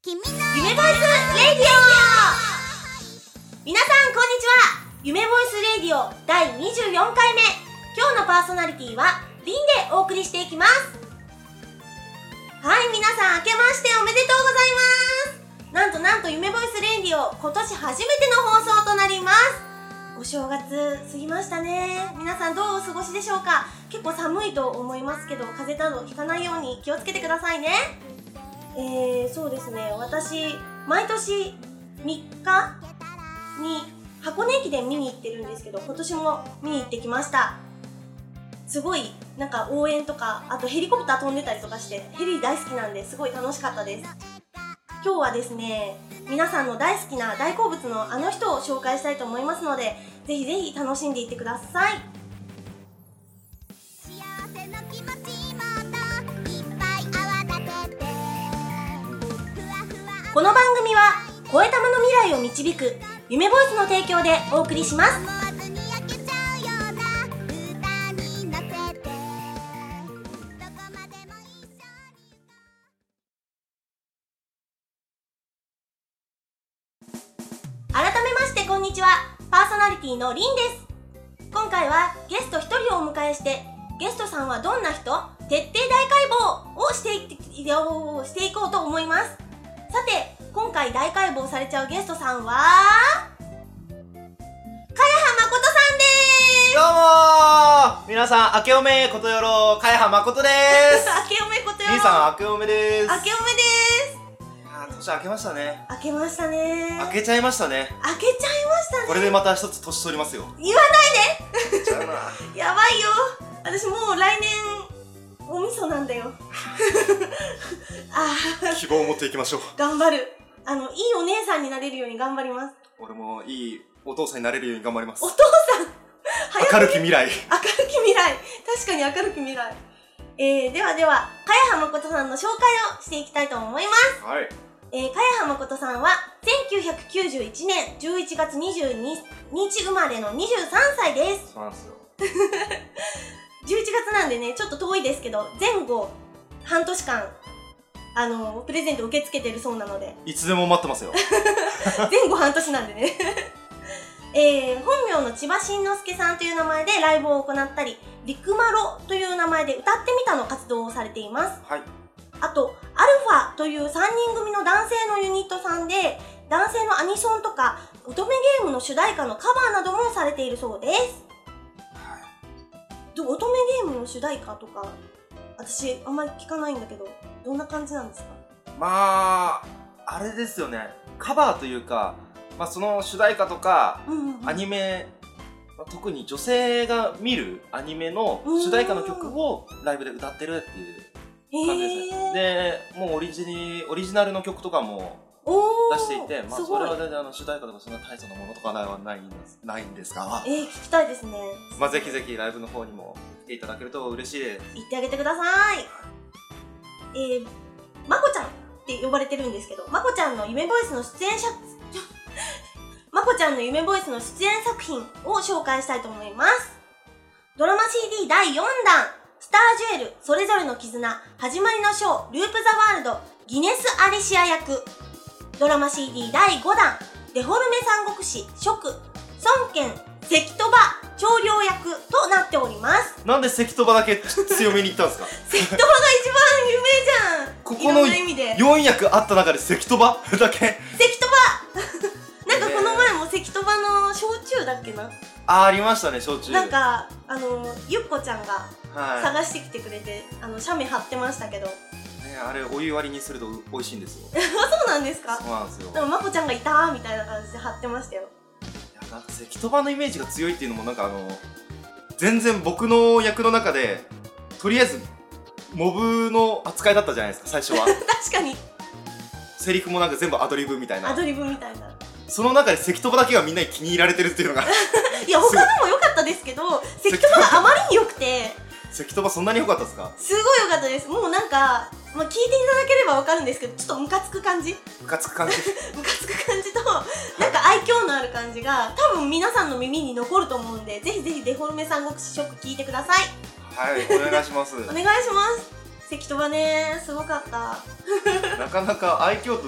夢ボイスレディオ。皆さんこんにちは。夢ボイスレディオ第24回目。今日のパーソナリティはリンでお送りしていきます。はい、皆さん明けましておめでとうございます。なんと夢ボイスレディオ今年初めての放送となります。お正月過ぎましたね。皆さんどうお過ごしでしょうか。結構寒いと思いますけど、風邪などひかないように気をつけてくださいね。そうですね、私毎年3日に箱根駅伝見に行ってるんですけど、今年も見に行ってきました。すごいなんか応援とか、あとヘリコプター飛んでたりとかして、ヘリ大好きなんですごい楽しかったです。今日はですね、皆さんの大好きな大好物のあの人を紹介したいと思いますので、ぜひぜひ楽しんでいってください。この番組は声玉の未来を導く夢ボイスの提供でお送りします。改めましてこんにちは。パーソナリティのリンです。今回はゲスト1人をお迎えして、ゲストさんはどんな人？徹底大解剖をしていこうと思います。さて、今回大解剖されちゃうゲストさんは茅葉誠さんです。 どうもー、皆さん明けおめことよろ、茅葉誠です。 明けおめことよろ。 兄さん明けおめです。 明けおめです。 年明けましたね。 明けましたね。 明けちゃいましたね。 明けちゃいましたね。 これでまた一つ年取りますよ。 言わないでちゃうなやばいよ。私もう来年お味噌なんだよ希望を持っていきましょう。 頑張る。いいお姉さんになれるように頑張ります。 俺もいいお父さんになれるように頑張ります。 お父さん明るき未来。 明るき未来。確かに明るき未来。では茅葉誠さんの紹介をしていきたいと思います。 はい。 茅葉誠さんは1991年11月22日生まれの23歳です。 そうなんですよ。 11月なんでね、ちょっと遠いですけど、前後半年間プレゼント受け付けてるそうなので、 いつでも待ってますよ。 前後半年なんでね本名の千葉真之介さんという名前でライブを行ったり、リクマロという名前で歌ってみたの活動をされています。 はい。 あとアルファという3人組の男性のユニットさんで、男性のアニソンとか乙女ゲームの主題歌のカバーなどもされているそうです。乙女ゲームの主題歌とか私あんまり聞かないんだけど、どんな感じなんですか？ まああれですよね、カバーというか、その主題歌とか、アニメ、特に女性が見るアニメの主題歌の曲をライブで歌ってるっていう感じですね。で、もうオリジナルの曲とかも出していて、それは全然主題歌とかそんな大層なものとかはないんですが、 聞きたいですね。 ぜひぜひライブの方にも来ていただけると嬉しいです。 行ってあげてください。まこちゃんって呼ばれてるんですけど、まこちゃんの夢ボイスの出演作品を紹介したいと思います。ドラマ CD 第4弾、スタージュエル、それぞれの絆、始まりのショー、ループザワールド、ギネス・アリシア役。ドラマ CD 第5弾、デフォルメ三国志、蜀、孫権、関戸場、長領役となっております。 なんで関戸場だけ強めに言ったんですか？ 関戸場が一番有名じゃん。 ここの4役あった中で関戸場だけ。 関戸場なんかこの前も関戸場の焼酎だっけな、 ありましたね、焼酎。 なんかゆっこちゃんが探してきてくれて、写メ貼ってましたけど、 あれお湯割りにすると美味しいんですよ。 そうなんですか？ そうなんですよ。 でもまこちゃんがいたーみたいな感じで貼ってましたよ。 いや、なんか関戸場のイメージが強いっていうのもなんか全然僕の役の中でとりあえずモブの扱いだったじゃないですか、最初は。 確かにセリフもなんか全部アドリブみたいな。 アドリブみたいな。 その中で関戸場だけがみんなに気に入られてるっていうのがいや、他のも良かったですけど、関戸場があまりに良くて。 関戸場そんなに良かったですか？ すごい良かったです。もうなんか、聞いていただければ分かるんですけど、ちょっとムカつく感じムカつく感じと、なんか愛嬌のある感じが多分皆さんの耳に残ると思うんで、ぜひぜひデフォルメ三国志食聞いてください。 はい、お願いします。 お願いします。関戸場ね、すごかった。 なかなか愛嬌と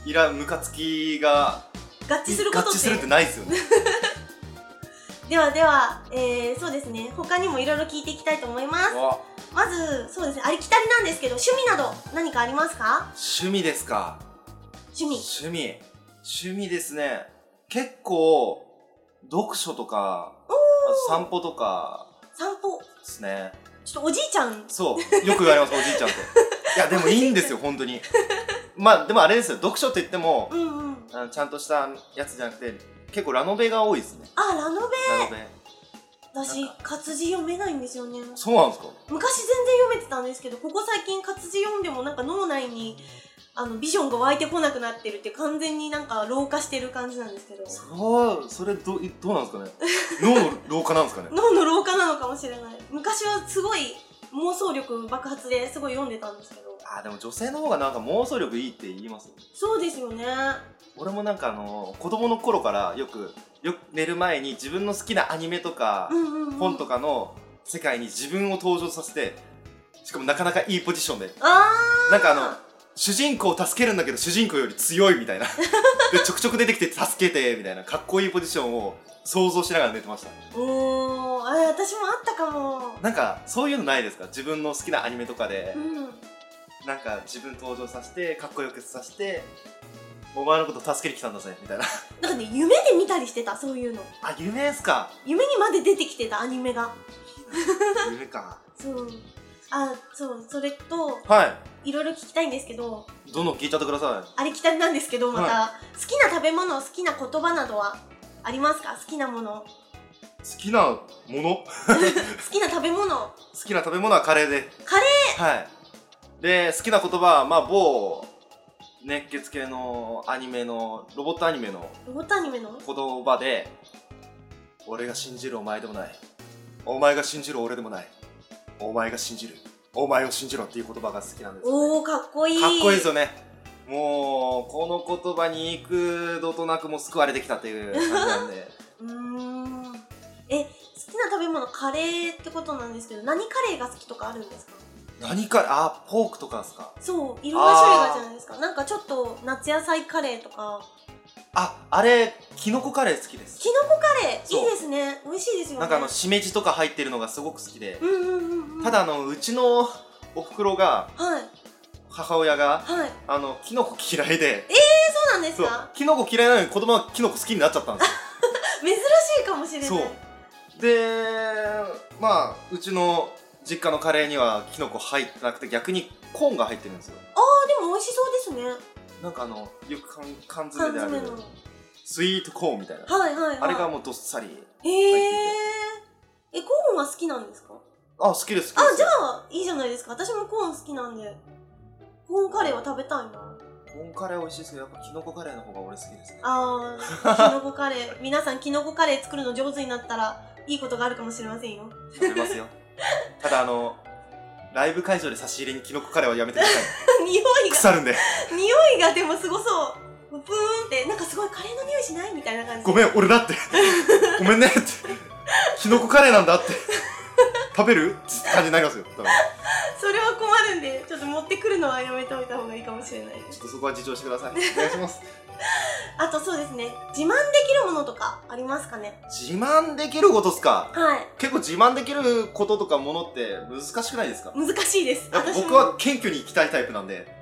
ムカつきが合致することって合致するってないですよね。 では、そうですね、他にもいろいろ聞いていきたいと思います。まずそうですね、ありきたりなんですけど、趣味など何かありますか？ 趣味ですか。 趣味ですね。結構読書とか散歩とかですね。 ちょっとおじいちゃん。 そうよく言われます、おじいちゃんと。いやでもいいんですよ本当に。まあでもあれですよ、読書って言っても、ちゃんとしたやつじゃなくて結構ラノベが多いですね。 あ、ラノベ。私活字読めないんですよね。 そうなんですか。 昔全然読めてたんですけど、ここ最近活字読んでもなんか脳内にビジョンが湧いてこなくなってるって、完全になんか老化してる感じなんですけど。 それどうなんですかね。脳の老化なんですかね。 脳の老化なのかもしれない。昔はすごい妄想力爆発ですごい読んでたんですけど。 でも女性の方がなんか妄想力いいって言いますよ。 そうですよね。 俺もなんか子供の頃からよく寝る前に自分の好きなアニメとか本とかの世界に自分を登場させて、しかもなかなかいいポジションで、なんか主人公を助けるんだけど主人公より強いみたいなでちょくちょく出てきて助けてみたいなかっこいいポジションを想像しながら寝てました。 私もあったかも。 なんかそういうのないですか？自分の好きなアニメとかで、なんか自分登場させてかっこよくさせて、お前のこと助けに来たんだぜみたいな。 なんかね、夢で見たりしてた、そういうの。 夢ですか。 夢にまで出てきてたアニメが。 夢か。 それと、いろいろ聞きたいんですけど。 どんどん聞いちゃってください。 ありきたりなんですけど、また、好きな食べ物、好きな言葉などはありますか？好きなもの。 好きなもの好きな食べ物。 好きな食べ物はカレーで。 カレー。 はい。で、好きな言葉は某熱血系のアニメのロボットアニメの言葉で、俺が信じるお前でもない、お前が信じる俺でもない、お前が信じるお前を信じろっていう言葉が好きなんですよね。 かっこいい。 かっこいいですよね。もうこの言葉に幾度となくも救われてきたっていう感じなんで好きな食べ物カレーってことなんですけど、何カレーが好きとかあるんですか？ 何かポークとかですか？ そう、いろんな種類があるじゃないですか。なんかちょっと夏野菜カレーとか。 あれキノコカレー好きです。 キノコカレーいいですね。美味しいですよね。 なんかしめじとか入ってるのがすごく好きで、ただうちのおふくろが、母親がキノコ嫌いで。 そうなんですか？ キノコ嫌いなのに子供はキノコ好きになっちゃったんですよ。 珍しいかもしれない。 そうで、まあうちの実家のカレーにはキノコ入ってなくて、逆にコーンが入ってるんですよ。 でも美味しそうですね。なんかよく缶詰であるスイートコーンみたいな、あれがもうどっさり入ってて。 コーンは好きなんですか？ 好きです。 じゃあいいじゃないですか。私もコーン好きなんで、コーンカレーは食べたいな。 コーンカレー美味しいですけど、やっぱキノコカレーの方が俺好きですね。 キノコカレー皆さんキノコカレー作るの上手になったらいいことがあるかもしれませんよ。 食べますよ。ただライブ会場で差し入れにキノコカレーはやめてください。 匂いが腐るんで。 匂いがでもすごそう。プーンってなんかすごいカレーの匂いしないみたいな感じ。 ごめん、俺だってごめんねってキノコカレーなんだって食べるって感じになりますよ。 それは困るんで、ちょっと持ってくるのはやめておいた方がいいかもしれないです。 ちょっとそこは自重してください。お願いします。 あとそうですね、自慢できるものとかありますかね？ 自慢できることっすか？ はい。 結構自慢できることとかものって難しくないですか？ 難しいです。 僕は謙虚に生きたいタイプなんで。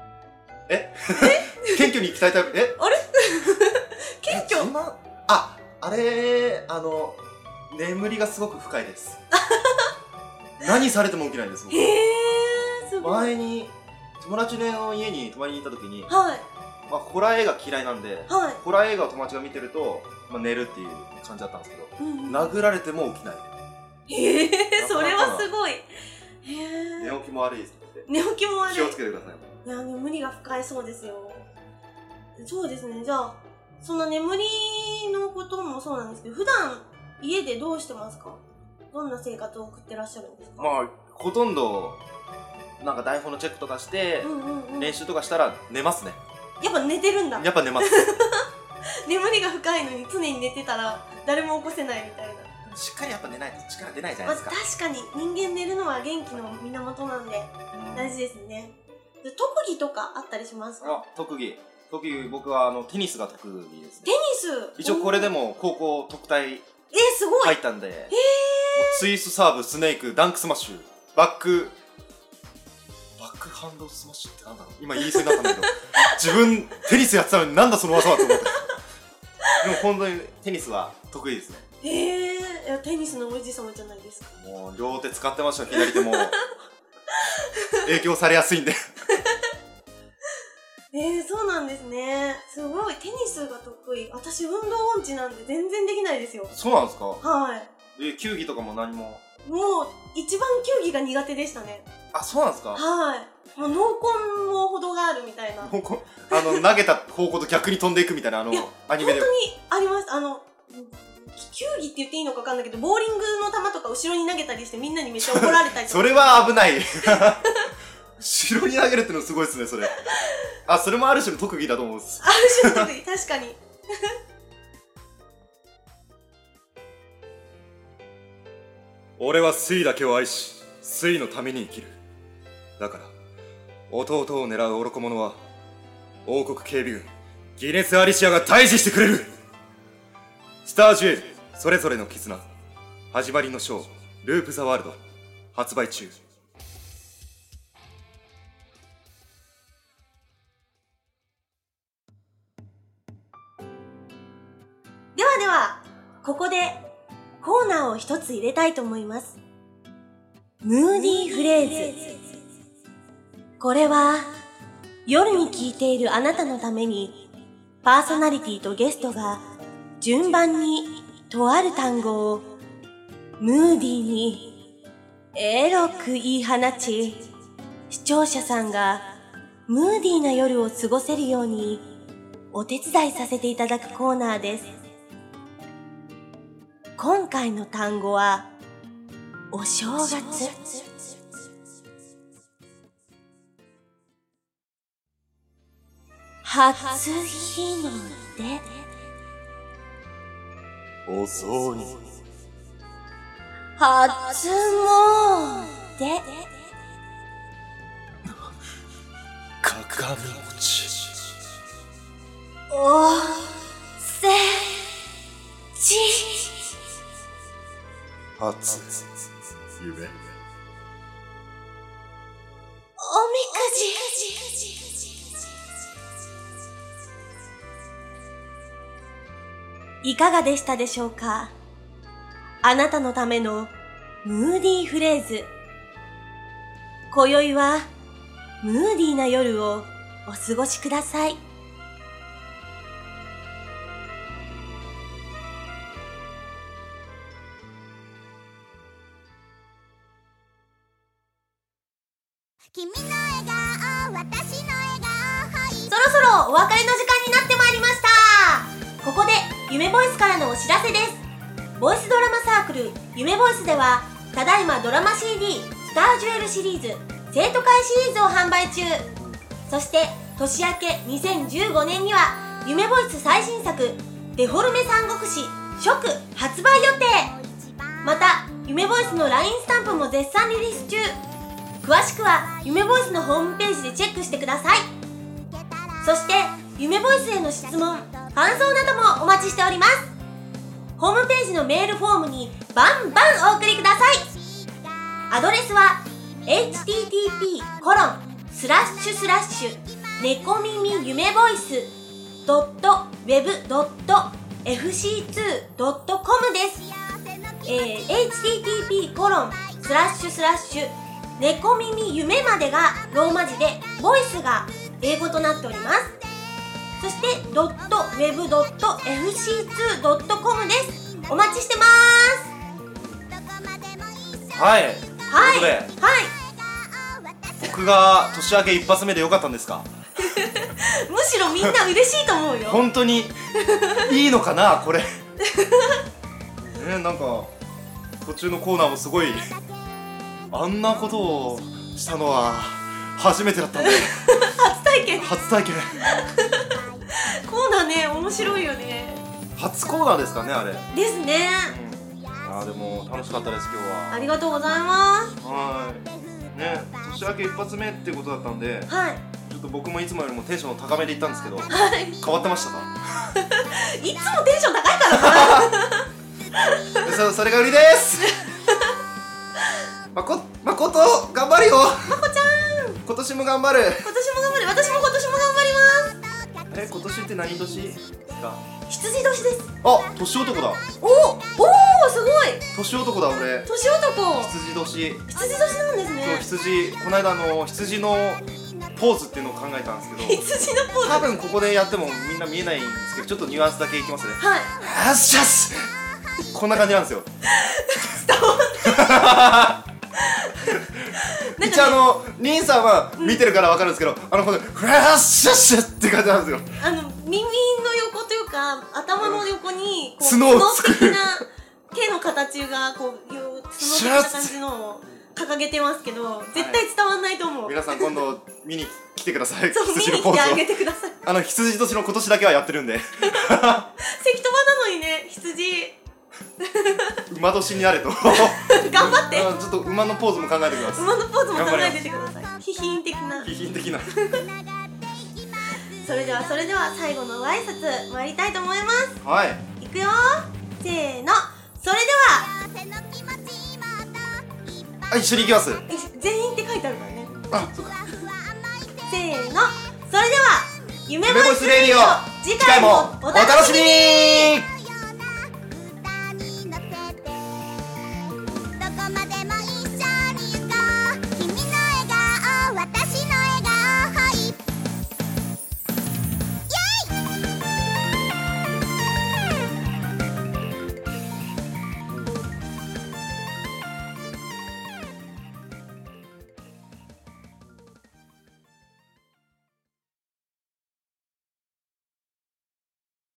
謙虚に生きたいタイプ。 あれ謙虚？ 自慢？あれ、眠りがすごく深いです。何されても起きないんです。 すごい。 前に友達の家に泊まりに行った時に、ホラー映画嫌いなんで、ホラー映画を友達が見てると、寝るっていう感じだったんですけど、殴られても起きない。 それはすごい。 寝起きも悪いですって。 寝起きも悪い。 気をつけてください。 いや、眠りが深いそうですよ。そうですね。じゃあそんな眠りのこともそうなんですけど、普段家でどうしてますか？どんな生活を送ってらっしゃるんですか？ ほとんどなんか台本のチェックとかして練習とかしたら寝ますね。 やっぱ寝てるんだ。 やっぱ寝ます。 眠りが深いのに常に寝てたら誰も起こせないみたいな。 しっかりやっぱ寝ないと力出ないじゃないですか。 確かに人間寝るのは元気の源なんで大事ですね。特技とかあったりしますか？ 特技特技僕はテニスが得意ですテね。 ニス一応これでも高校特待すごい入ったんで、ツイストサーブ、スネーク、ダンクスマッシュ、バックハンドスマッシュってなんだろう、今言いそうになったんだけど自分テニスやってたのになんだその技はと思ってでも本当にテニスは得意ですね。 いやテニスの王子様じゃないですか。 もう両手使ってました、左手も影響されやすいんでそうなんですね。すごい。テニスが得意。私運動音痴なんで全然できないですよ。 そうなんですか。 はい。 球技とかも何も。 もう一番球技が苦手でしたね。 あ、そうなんですか。 はい。もう濃紺も程があるみたいな。 投げた方向と逆に飛んでいくみたいなアニメで。 本当にあります。球技って言っていいのか分かんないけど、ボーリングの球とか後ろに投げたりしてみんなにめっちゃ怒られたりとかそれは危ない後ろに投げるってのすごいですね、それ。あ、それもある種の特技だと思うんです。 ある種の特技、確かに俺はスイだけを愛し、スイのために生きる。だから弟を狙う愚か者は王国警備軍ギネス・アリシアが退治してくれる。スタージュエルそれぞれの絆、始まりのショーループ・ザ・ワールド発売中。 ではここでコーナーを一つ入れたいと思います。ムーディーフレーズ。これは夜に聞いているあなたのためにパーソナリティとゲストが順番にとある単語をムーディーにエロく言い放ち、視聴者さんがムーディーな夜を過ごせるようにお手伝いさせていただくコーナーです。今回の単語はお正月。初日の出。 遅い。 初詣。 鏡餅。 おせち。 初夢。 おみくじ。いかがでしたでしょうか。あなたのためのムーディーフレーズ。今宵はムーディーな夜をお過ごしください。 君の笑顔、私の笑顔。 そろそろお別れの時間になってまいりました。ここで夢ボイスからのお知らせです。ボイスドラマサークル夢ボイスではただいまドラマ CD スタージュエルシリーズ生徒会シリーズを販売中。そして年明け2015年には夢ボイス最新作デフォルメ三国志初句発売予定。また夢ボイスの LINE スタンプも絶賛リリース中。詳しくは夢ボイスのホームページでチェックしてください。そして夢ボイスへの質問感想などもお待ちしております。ホームページのメールフォームにバンバンお送りください。アドレスは http:// 猫耳夢ボイス .web.fc2.com です。http:// 猫耳夢までがローマ字でボイスが英語となっております。そして .web.fc2.com です。お待ちしてます。 はい。ということで、 はい僕が年明け一発目でよかったんですか？ むしろみんな嬉しいと思うよ。 本当にいいのかなこれなんか途中のコーナーもすごいあんなことをしたのは初めてだったんで初体験コーナーね、面白いよね。 初コーナーですかね、あれ。 ですね。 でも楽しかったです、今日は。 ありがとうございます。 はいね、年明け一発目ってことだったんで、 はい。 ちょっょっと僕もいつもよりもテンション高めでいったんですけど、 はい変わってましたか？ いつもテンション高いからかなそれが売りです。まこと頑張るよ。 まこちゃん今年も頑張る。 今年も頑張る。私も今年も頑張ります。 今年って何年ですか？ 羊年です。 あ、年男だ。 おおすごい。 年男だ俺。 年男。 羊年。 羊年なんですね。 そう、羊、この間羊のポーズっていうのを考えたんですけど、 羊のポーズ。 多分ここでやってもみんな見えないんですけど、ちょっとニュアンスだけいきますね。 はい。 よっしゃっす。こんな感じなんですよ。 伝わんない。 一応リンさんは見てるからわかるんですけど、このフラッシャッシャって感じなんですよ。 耳の横というか頭の横にこう角をつく的な手の形がこう角的な感じのを掲げてますけど、絶対伝わんないと思う。 皆さん今度見に来てください。 そう、見に羊のポーズを来てあげてください。 羊年の今年だけはやってるんで。 関戸場なのにね、羊馬年になれと。 頑張って。 ちょっと馬のポーズも考えてきます。 馬のポーズも考えててください。ヒヒン的な。 ヒヒン的な。 それでは最後のご挨拶参りたいと思います。 はい。 いくよ。せーの。それでは一緒に行きます。 全員って書いてあるからね。 あ、そうか。 せーの。それでは夢ボイスレディオ、次次回もお楽しみに。